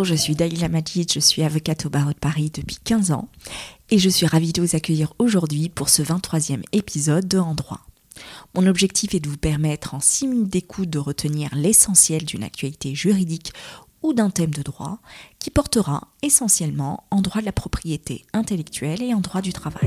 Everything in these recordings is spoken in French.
Bonjour, je suis Daïla Majid, je suis avocate au barreau de Paris depuis 15 ans et je suis ravie de vous accueillir aujourd'hui pour ce 23e épisode de En droit. Mon objectif est de vous permettre en 6 minutes d'écoute de retenir l'essentiel d'une actualité juridique ou d'un thème de droit qui portera essentiellement en droit de la propriété intellectuelle et en droit du travail.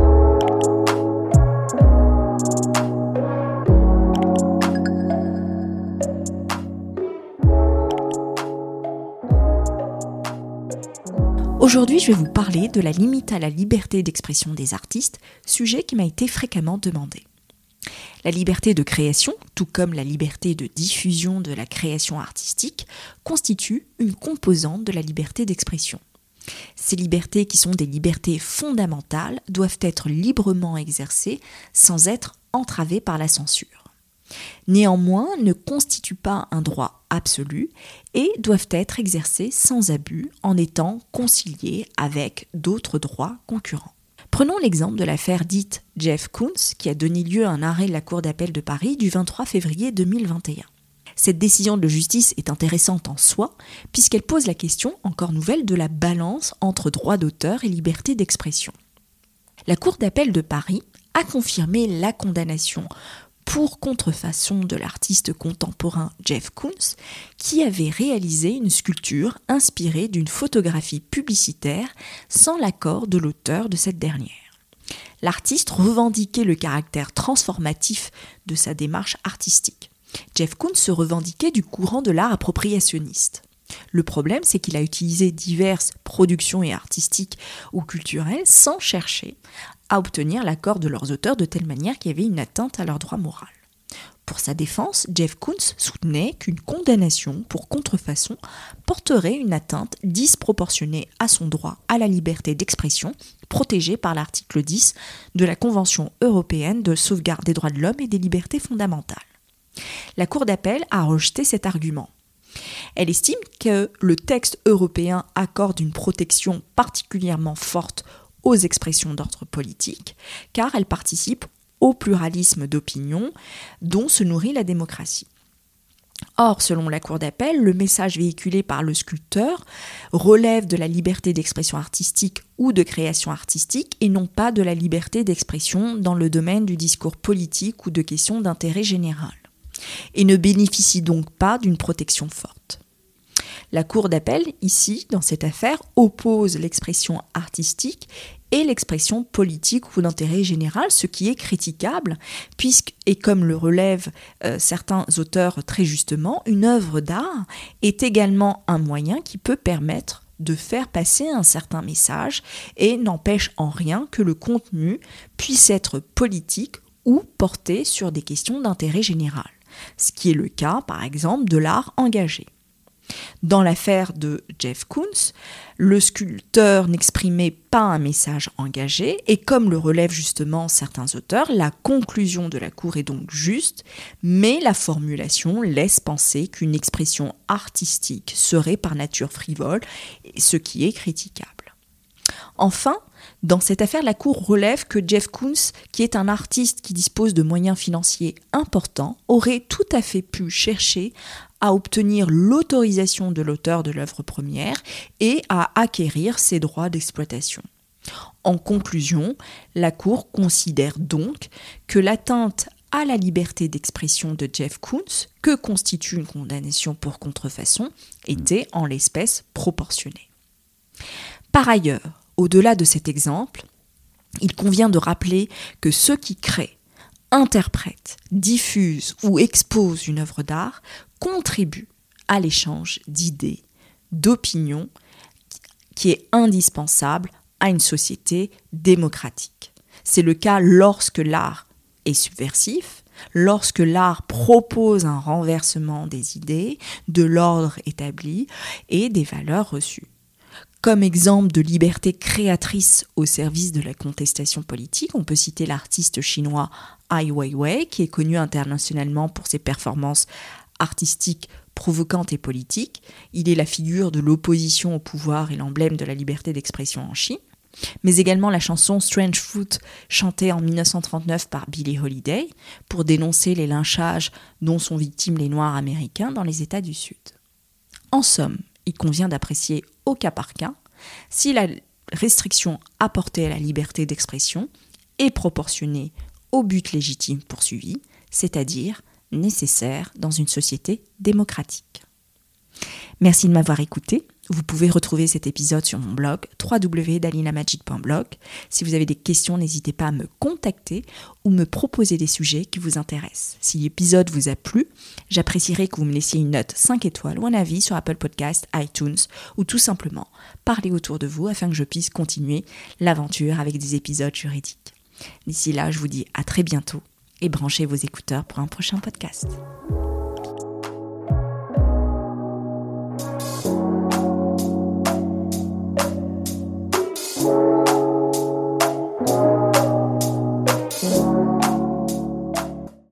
Aujourd'hui, je vais vous parler de la limite à la liberté d'expression des artistes, sujet qui m'a été fréquemment demandé. La liberté de création, tout comme la liberté de diffusion de la création artistique, constitue une composante de la liberté d'expression. Ces libertés, qui sont des libertés fondamentales, doivent être librement exercées sans être entravées par la censure. Néanmoins, ne constituent pas un droit absolu et doivent être exercées sans abus en étant conciliées avec d'autres droits concurrents. Prenons l'exemple de l'affaire dite Jeff Koons qui a donné lieu à un arrêt de la Cour d'appel de Paris du 23 février 2021. Cette décision de justice est intéressante en soi puisqu'elle pose la question, encore nouvelle, de la balance entre droit d'auteur et liberté d'expression. La Cour d'appel de Paris a confirmé la condamnation pour contrefaçon de l'artiste contemporain Jeff Koons, qui avait réalisé une sculpture inspirée d'une photographie publicitaire sans l'accord de l'auteur de cette dernière. L'artiste revendiquait le caractère transformatif de sa démarche artistique. Jeff Koons se revendiquait du courant de l'art appropriationniste. Le problème, c'est qu'il a utilisé diverses productions artistiques ou culturelles sans chercher à obtenir l'accord de leurs auteurs de telle manière qu'il y avait une atteinte à leur droit moral. Pour sa défense, Jeff Koons soutenait qu'une condamnation pour contrefaçon porterait une atteinte disproportionnée à son droit à la liberté d'expression protégé par l'article 10 de la Convention européenne de sauvegarde des droits de l'homme et des libertés fondamentales. La Cour d'appel a rejeté cet argument. Elle estime que le texte européen accorde une protection particulièrement forte aux expressions d'ordre politique, car elles participent au pluralisme d'opinion dont se nourrit la démocratie. Or, selon la Cour d'appel, le message véhiculé par le sculpteur relève de la liberté d'expression artistique ou de création artistique et non pas de la liberté d'expression dans le domaine du discours politique ou de questions d'intérêt général, et ne bénéficie donc pas d'une protection forte. La Cour d'appel, ici, dans cette affaire, oppose l'expression artistique et l'expression politique ou d'intérêt général, ce qui est critiquable, puisque, et comme le relèvent certains auteurs très justement, une œuvre d'art est également un moyen qui peut permettre de faire passer un certain message et n'empêche en rien que le contenu puisse être politique ou porté sur des questions d'intérêt général, ce qui est le cas, par exemple, de l'art engagé. Dans l'affaire de Jeff Koons, le sculpteur n'exprimait pas un message engagé et comme le relèvent justement certains auteurs, la conclusion de la Cour est donc juste, mais la formulation laisse penser qu'une expression artistique serait par nature frivole, ce qui est critiquable. Enfin, dans cette affaire, la Cour relève que Jeff Koons, qui est un artiste qui dispose de moyens financiers importants, aurait tout à fait pu chercher à obtenir l'autorisation de l'auteur de l'œuvre première et à acquérir ses droits d'exploitation. En conclusion, la Cour considère donc que l'atteinte à la liberté d'expression de Jeff Koons, que constitue une condamnation pour contrefaçon, était en l'espèce proportionnée. Par ailleurs, au-delà de cet exemple, il convient de rappeler que ceux qui créent, interprètent, diffusent ou exposent une œuvre d'art contribuent à l'échange d'idées, d'opinions qui est indispensable à une société démocratique. C'est le cas lorsque l'art est subversif, lorsque l'art propose un renversement des idées, de l'ordre établi et des valeurs reçues. Comme exemple de liberté créatrice au service de la contestation politique, on peut citer l'artiste chinois Ai Weiwei, qui est connu internationalement pour ses performances artistiques provocantes et politiques. Il est la figure de l'opposition au pouvoir et l'emblème de la liberté d'expression en Chine. Mais également la chanson Strange Fruit, chantée en 1939 par Billie Holiday, pour dénoncer les lynchages dont sont victimes les Noirs américains dans les États du Sud. En somme, il convient d'apprécier au cas par cas si la restriction apportée à la liberté d'expression est proportionnée au but légitime poursuivi, c'est-à-dire nécessaire dans une société démocratique. Merci de m'avoir écouté. Vous pouvez retrouver cet épisode sur mon blog www.dalinamajid.blog. Si vous avez des questions, n'hésitez pas à me contacter ou me proposer des sujets qui vous intéressent. Si l'épisode vous a plu, j'apprécierais que vous me laissiez une note 5 étoiles ou un avis sur Apple Podcasts, iTunes ou tout simplement parler autour de vous afin que je puisse continuer l'aventure avec des épisodes juridiques. D'ici là, je vous dis à très bientôt et branchez vos écouteurs pour un prochain podcast.